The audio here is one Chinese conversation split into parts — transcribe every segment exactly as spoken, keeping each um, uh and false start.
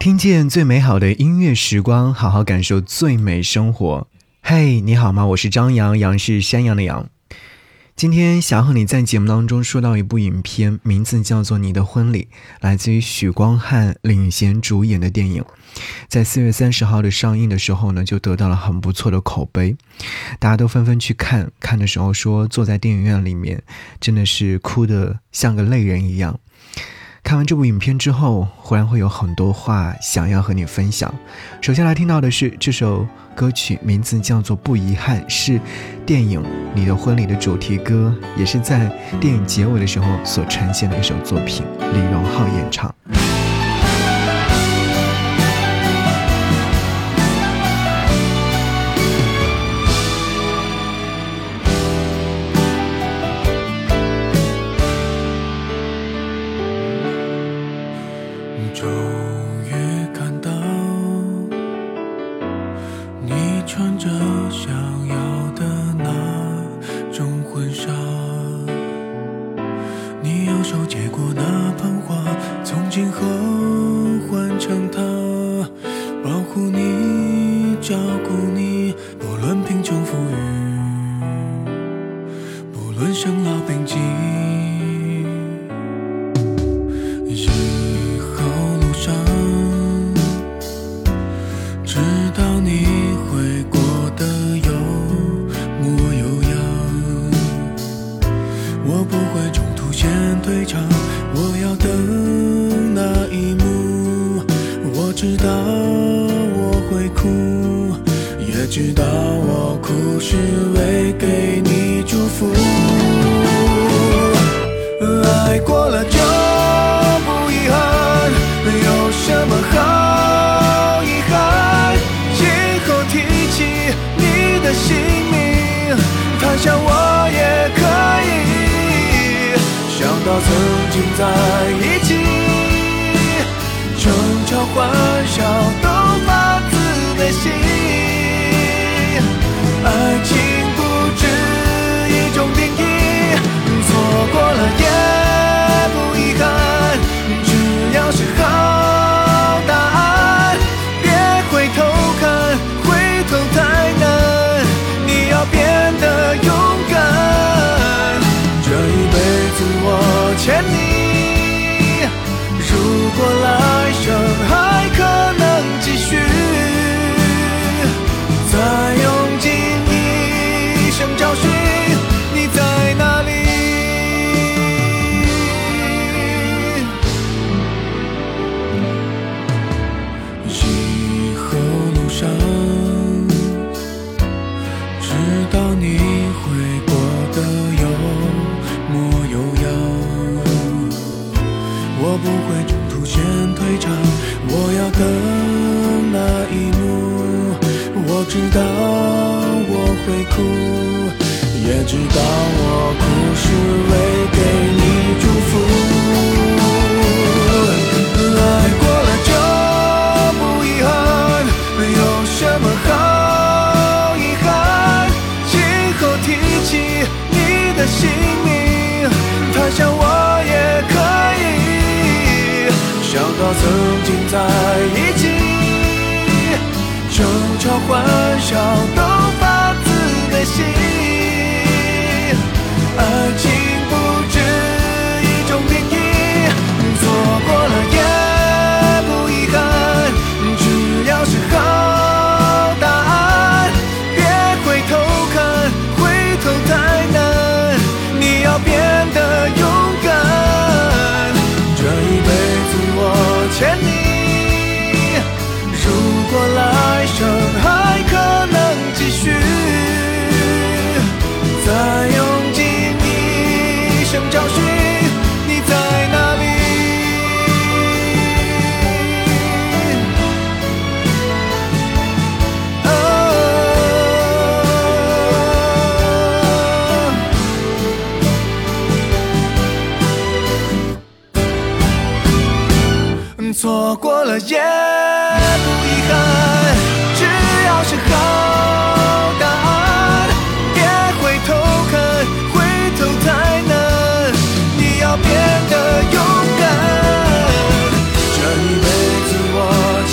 听见最美好的音乐时光，好好感受最美生活。嘿、hey, 你好吗？我是张扬，杨是山羊的羊。今天想和你在节目当中说到一部影片，名字叫做《你的婚礼》，来自于许光汉领衔主演的电影。在四月三十号的上映的时候呢，就得到了很不错的口碑，大家都纷纷去看。看的时候说，坐在电影院里面真的是哭得像个泪人一样。看完这部影片之后，忽然会有很多话想要和你分享。首先来听到的是这首歌曲，名字叫做《不遗憾》，是电影《你的婚礼》的主题歌，也是在电影结尾的时候所呈现的一首作品，李荣浩演唱。 终于看到你穿着想要的那种婚纱，你用手接过那盆花，从今后换成它，保护你，照顾你，不论贫穷富裕，不论生老病疾。直到你会过得有模有样，我不会中途先退场，我要等那一幕。我知道我会哭，也知道我哭是为给你祝福。爱过了就不遗憾，有什么好遗憾？以后提起你的姓名，谈笑我也可以。想到曾经在一起，争吵欢笑都发自内心。爱情不止一种定义，错过了也不遗憾，只要是好答案，别回头看，回头太难，你要变得勇敢。这一辈子我欠你，如果来生还可能继续，再用尽一生找寻你在哪里。以后路上直到你会过得有模有样，我不会中途先退场，我要等那一幕。我知道我会哭，也知道我哭是为给你祝福。爱过了就不遗憾，有什么好遗憾？以后提起你的姓名，谈笑我也可以。想到曾经在一起，争吵欢笑都发自内心。爱情不止一种定义，错过了也不遗憾，只要是好答案，别回头看，回头太难，你要变得勇敢。这一辈子我欠你，如果来生还可能继续，再用尽一生找寻你在哪里。错过了也不遗憾，只要是好答案，别回头看，回头太难，你要变得勇敢。这一辈子我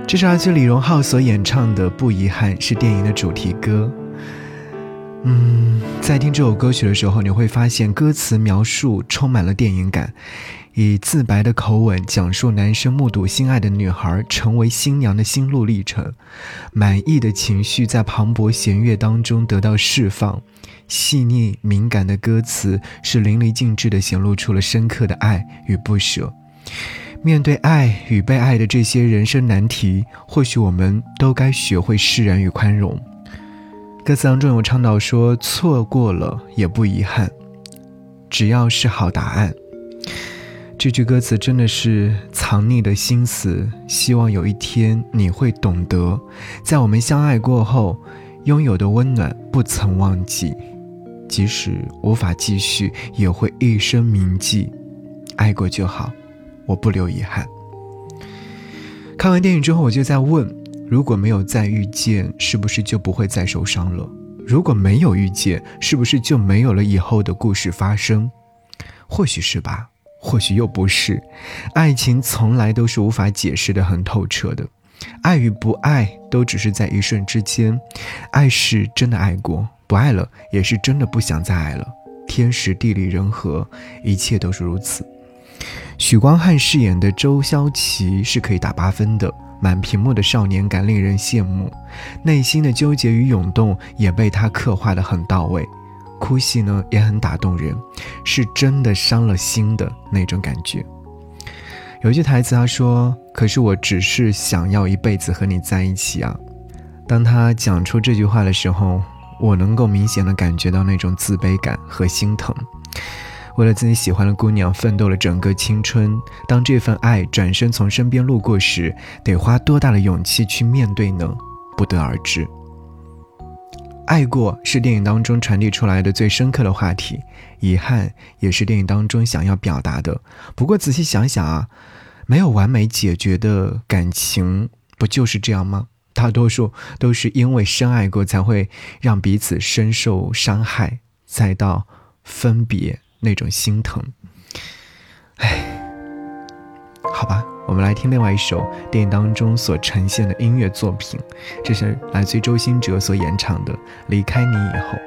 这是来自李荣浩所演唱的《不遗憾》，是电影的主题歌。嗯，在听这首歌曲的时候，你会发现歌词描述充满了电影感，以自白的口吻讲述男生目睹心爱的女孩成为新娘的心路历程，满意的情绪在磅礴弦乐当中得到释放，细腻敏感的歌词是淋漓尽致地显露出了深刻的爱与不舍。面对爱与被爱的这些人生难题，或许我们都该学会释然与宽容。歌词当中有倡导说，错过了也不遗憾，只要是好答案。这句歌词真的是藏匿的心思，希望有一天你会懂得，在我们相爱过后，拥有的温暖不曾忘记，即使无法继续，也会一生铭记。爱过就好，我不留遗憾。看完电影之后，我就在问，如果没有再遇见，是不是就不会再受伤了？如果没有遇见，是不是就没有了以后的故事发生？或许是吧，或许又不是。爱情从来都是无法解释的很透彻的，爱与不爱都只是在一瞬之间。爱是真的爱过，不爱了也是真的不想再爱了。天时地利人和，一切都是如此。许光汉饰演的周潇齐是可以打八分的，满屏幕的少年感令人羡慕，内心的纠结与涌动也被他刻画得很到位，哭戏呢也很打动人，是真的伤了心的那种感觉。有一句台词他说，可是我只是想要一辈子和你在一起啊。当他讲出这句话的时候，我能够明显的感觉到那种自卑感和心疼。为了自己喜欢的姑娘奋斗了整个青春，当这份爱转身从身边路过时，得花多大的勇气去面对呢？不得而知。爱过是电影当中传递出来的最深刻的话题，遗憾也是电影当中想要表达的。不过仔细想想啊，没有完美解决的感情不就是这样吗？大多数都是因为深爱过，才会让彼此深受伤害，再到分别那种心疼。唉，好吧，我们来听另外一首电影当中所呈现的音乐作品，这是来自于周兴哲所演唱的《离开你以后》。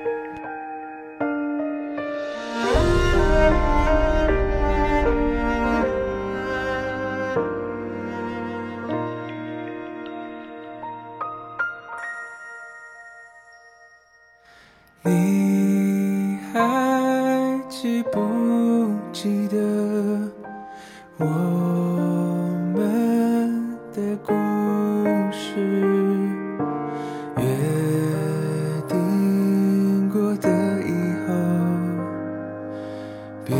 你还记不记得我们的故事，约定过的以后变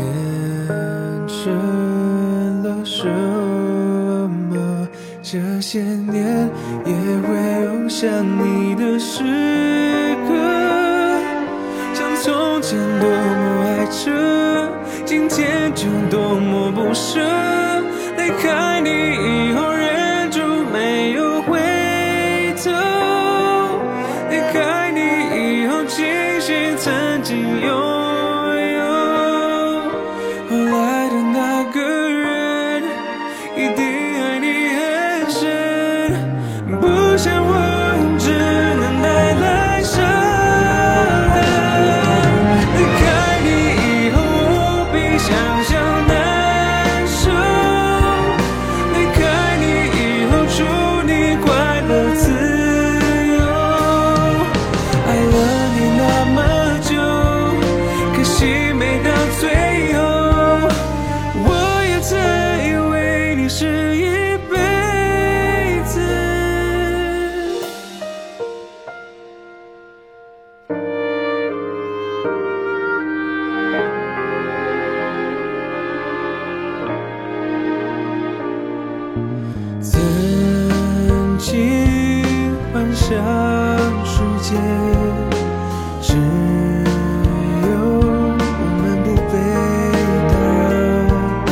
成了什么？这些年也会有想你的时刻，从前多么爱着，今天就多么不舍。离开你以后，忍住没有回头。离开你以后，庆幸曾经拥有。后来的那个人，一定爱你很深，不想问，只能带来伤。曾经幻想世界只有我们不被打扰，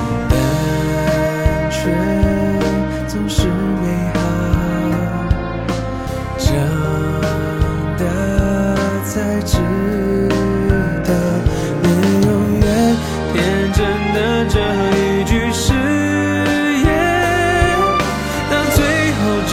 但却总是美好。长大才知道，没永远天真的这一句誓言，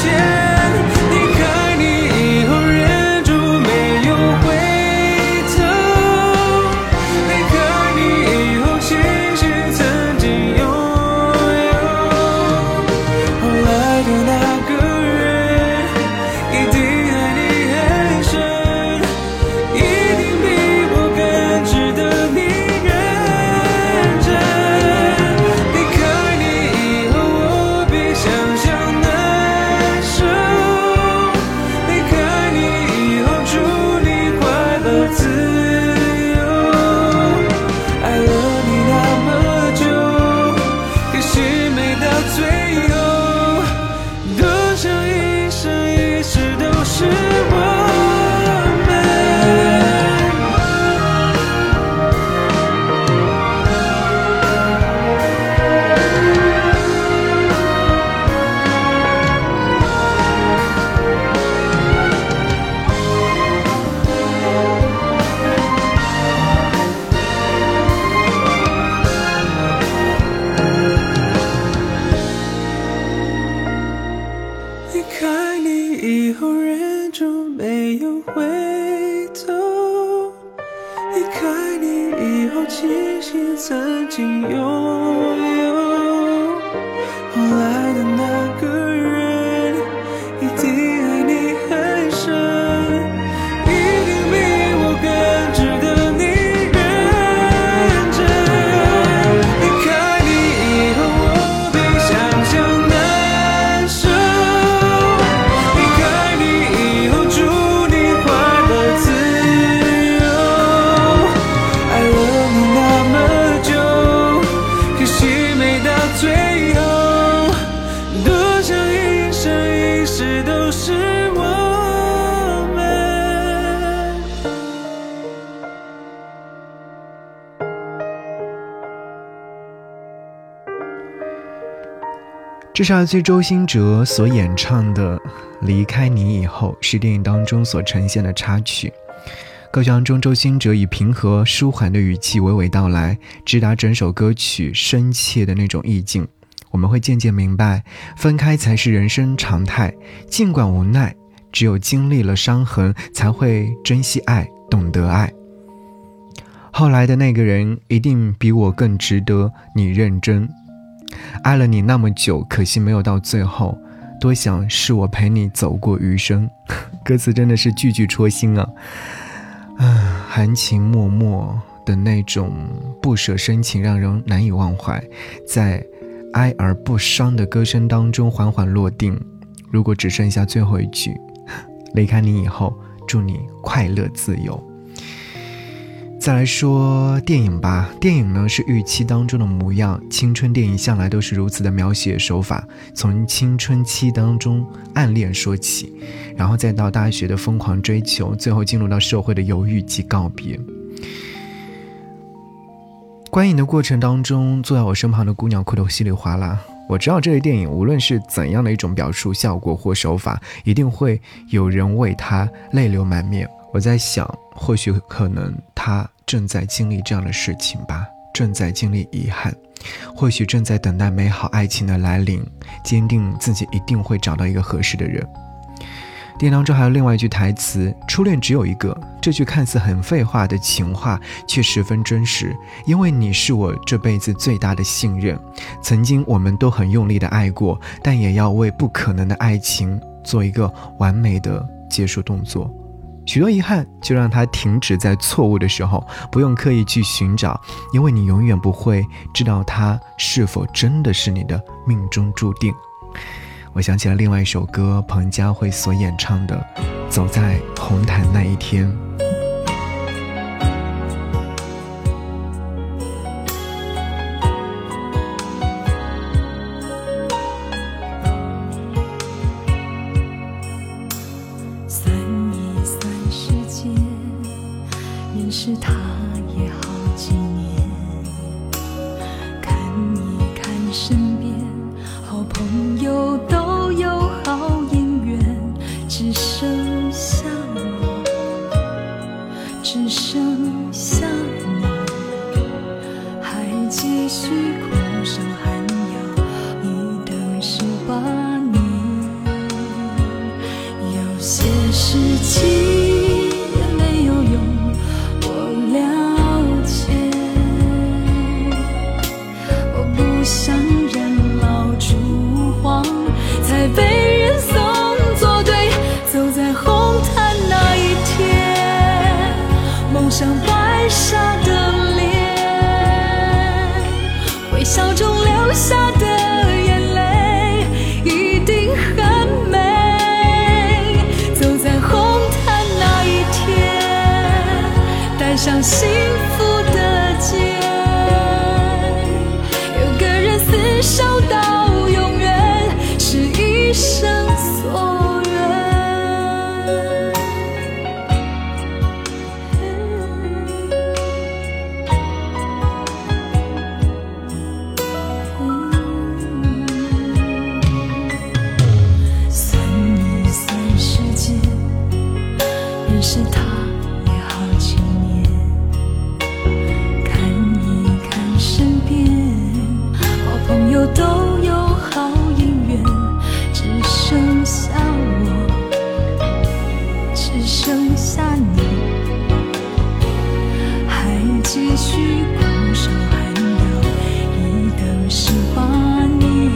庆幸曾经拥有，后来的那个人一定爱你很深，一定比我更值得你认真。离开你以后我比想象难受，离开你以后祝你快乐自由。爱了你那么久，可惜没到最后，多想一生一世都是我们。 这是来自周兴哲所演唱的《离开你以后》，是电影当中所呈现的插曲。歌曲当中，周兴哲以平和舒缓的语气娓娓道来，直达整首歌曲深切的那种意境。我们会渐渐明白，分开才是人生常态，尽管无奈，只有经历了伤痕，才会珍惜爱，懂得爱。后来的那个人一定比我更值得你认真，爱了你那么久，可惜没有到最后，多想是我陪你走过余生。歌词真的是句句戳心啊，啊，含情脉脉的那种不舍深情让人难以忘怀，在哀而不伤的歌声当中缓缓落定。如果只剩下最后一句，离开你以后祝你快乐自由。再来说电影吧，电影呢是预期当中的模样，青春电影向来都是如此的描写手法，从青春期当中暗恋说起，然后再到大学的疯狂追求，最后进入到社会的犹豫及告别。观影的过程当中，坐在我身旁的姑娘哭得稀里哗啦。我知道这类电影无论是怎样的一种表述效果或手法，一定会有人为他泪流满面。我在想，或许可能他正在经历这样的事情吧，正在经历遗憾，或许正在等待美好爱情的来临，坚定自己一定会找到一个合适的人。电影当中还有另外一句台词，初恋只有一个，这句看似很废话的情话却十分真实，因为你是我这辈子最大的信任。曾经我们都很用力的爱过，但也要为不可能的爱情做一个完美的结束动作。许多遗憾就让它停止在错误的时候，不用刻意去寻找，因为你永远不会知道它是否真的是你的命中注定。我想起了另外一首歌，彭佳慧所演唱的《走在红毯那一天》。 算一算时间，认识他也好几年，看一看身边好朋友都有好姻缘，只剩下我，只剩下你，还继续苦守寒窑，一等十八年。 些事情也没有用，我了解。我不想人老珠黄，才被人送作对。走在红毯那一天，梦想白纱的脸，微笑中流下的眼泪一定很美。走在红毯那一天，带上幸福的结，有个人厮守到永远，是一生所愿。算一算时间，认识他也好几年，看一看身边，好朋友都有好姻缘，只剩下我，只剩下你，还继续拱手寒窑，一等是华年。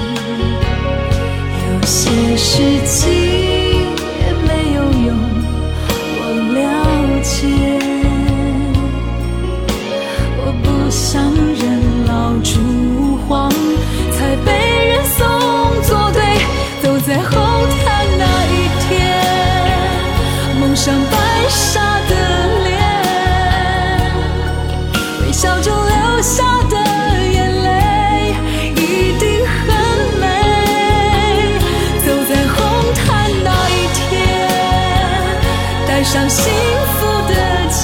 有些事情也没有用，我了解。我不想人老珠黄，才被人送作对。走在红毯那一天，梦想白纱的脸，微笑中流下的眼泪一定很美。走在红毯那一天，带上幸福的结，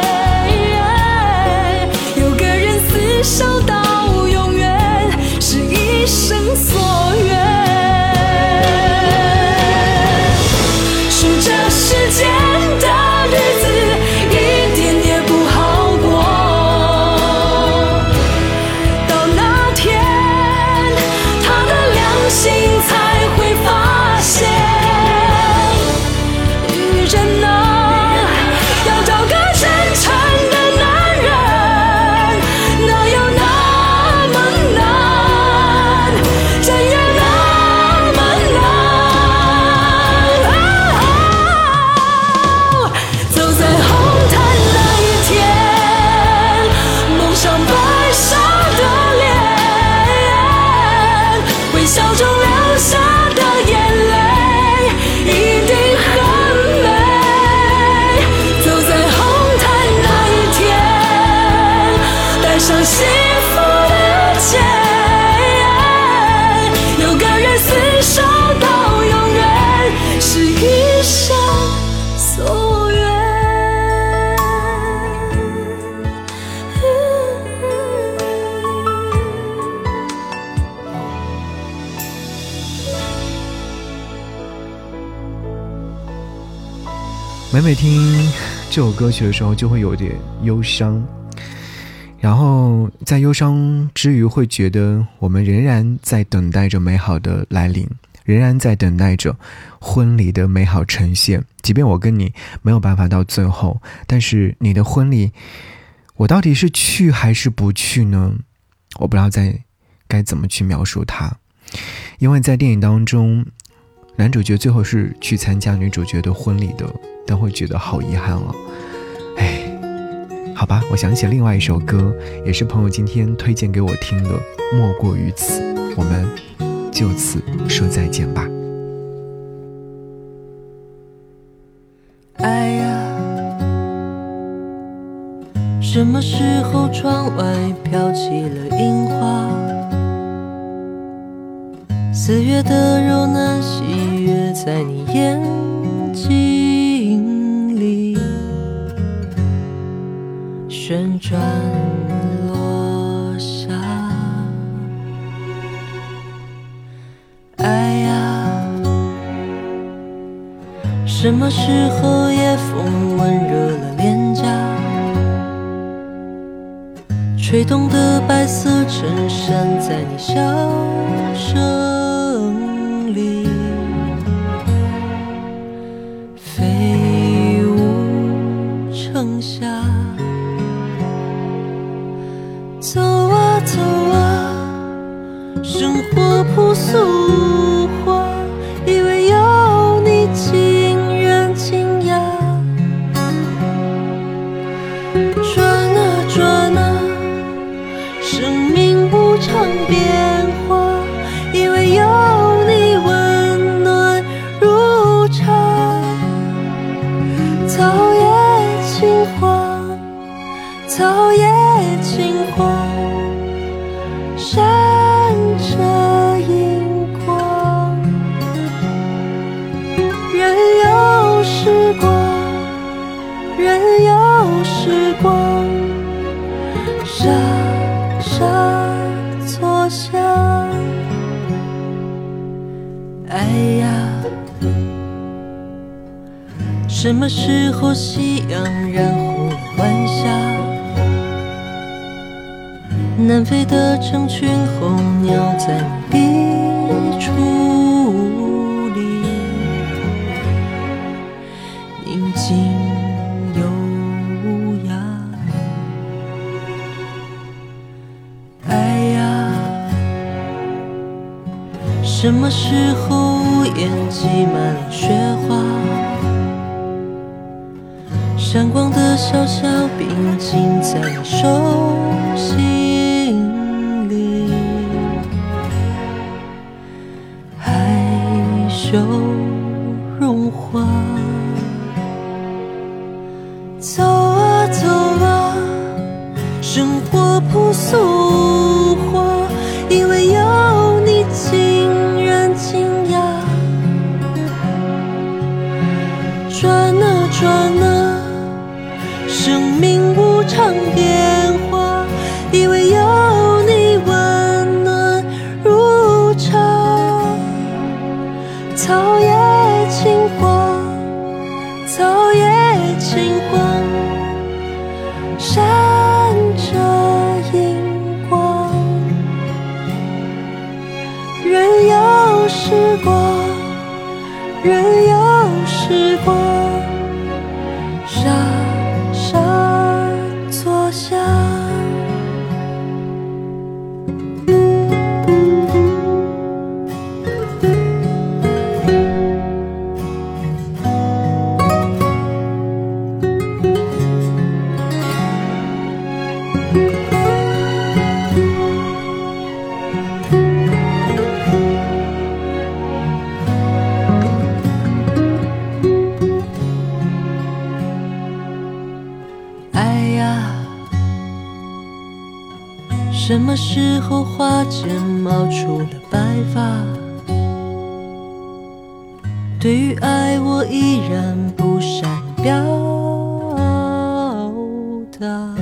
有个人厮守到永远，是一生所愿。数着时间的日子，一点也不好过。到那天，他的良心才会发现，女人啊，要找个真诚的男人，哪有那么难，真有那么难。哦，走在红毯那一天，梦想白纱的脸，微笑中流下的眼泪一定很美。走在红毯那一天，带上幸福的结，有个人厮守到永远，是一生所愿。 每每听这首歌曲的时候就会有点忧伤，然后在忧伤之余会觉得我们仍然在等待着美好的来临，仍然在等待着婚礼的美好呈现。即便我跟你没有办法到最后，但是你的婚礼我到底是去还是不去呢？我不知道再该怎么去描述它。因为在电影当中，男主角最后是去参加女主角的婚礼的，但会觉得好遗憾了。哎，好吧，我想起另外一首歌，也是朋友今天推荐给我听的，莫过于此，我们就此说再见吧。 爱呀，什么时候窗外飘起了樱花？四月的柔嫩喜悦在你眼睛里旋转落下。爱呀，什么时候夜风温热了脸颊？吹动的白色衬衫在你笑声里爱呀，什么时候夕阳染红了晚霞？南飞的成群候鸟在你笔触里宁静优雅。爱呀，什么时候屋檐积满了雪花？闪光的小小冰晶在你手心里，害羞融化。走啊走啊，生活朴素化，以为有你竟然惊讶。转啊转啊，生命无常变化，以为有你温暖如茶。草叶轻晃，草叶轻晃，闪着荧光。任由时光，任由时光沙沙作响。爱呀，什么时候花间冒出了白发？对于爱，我依然不善表达。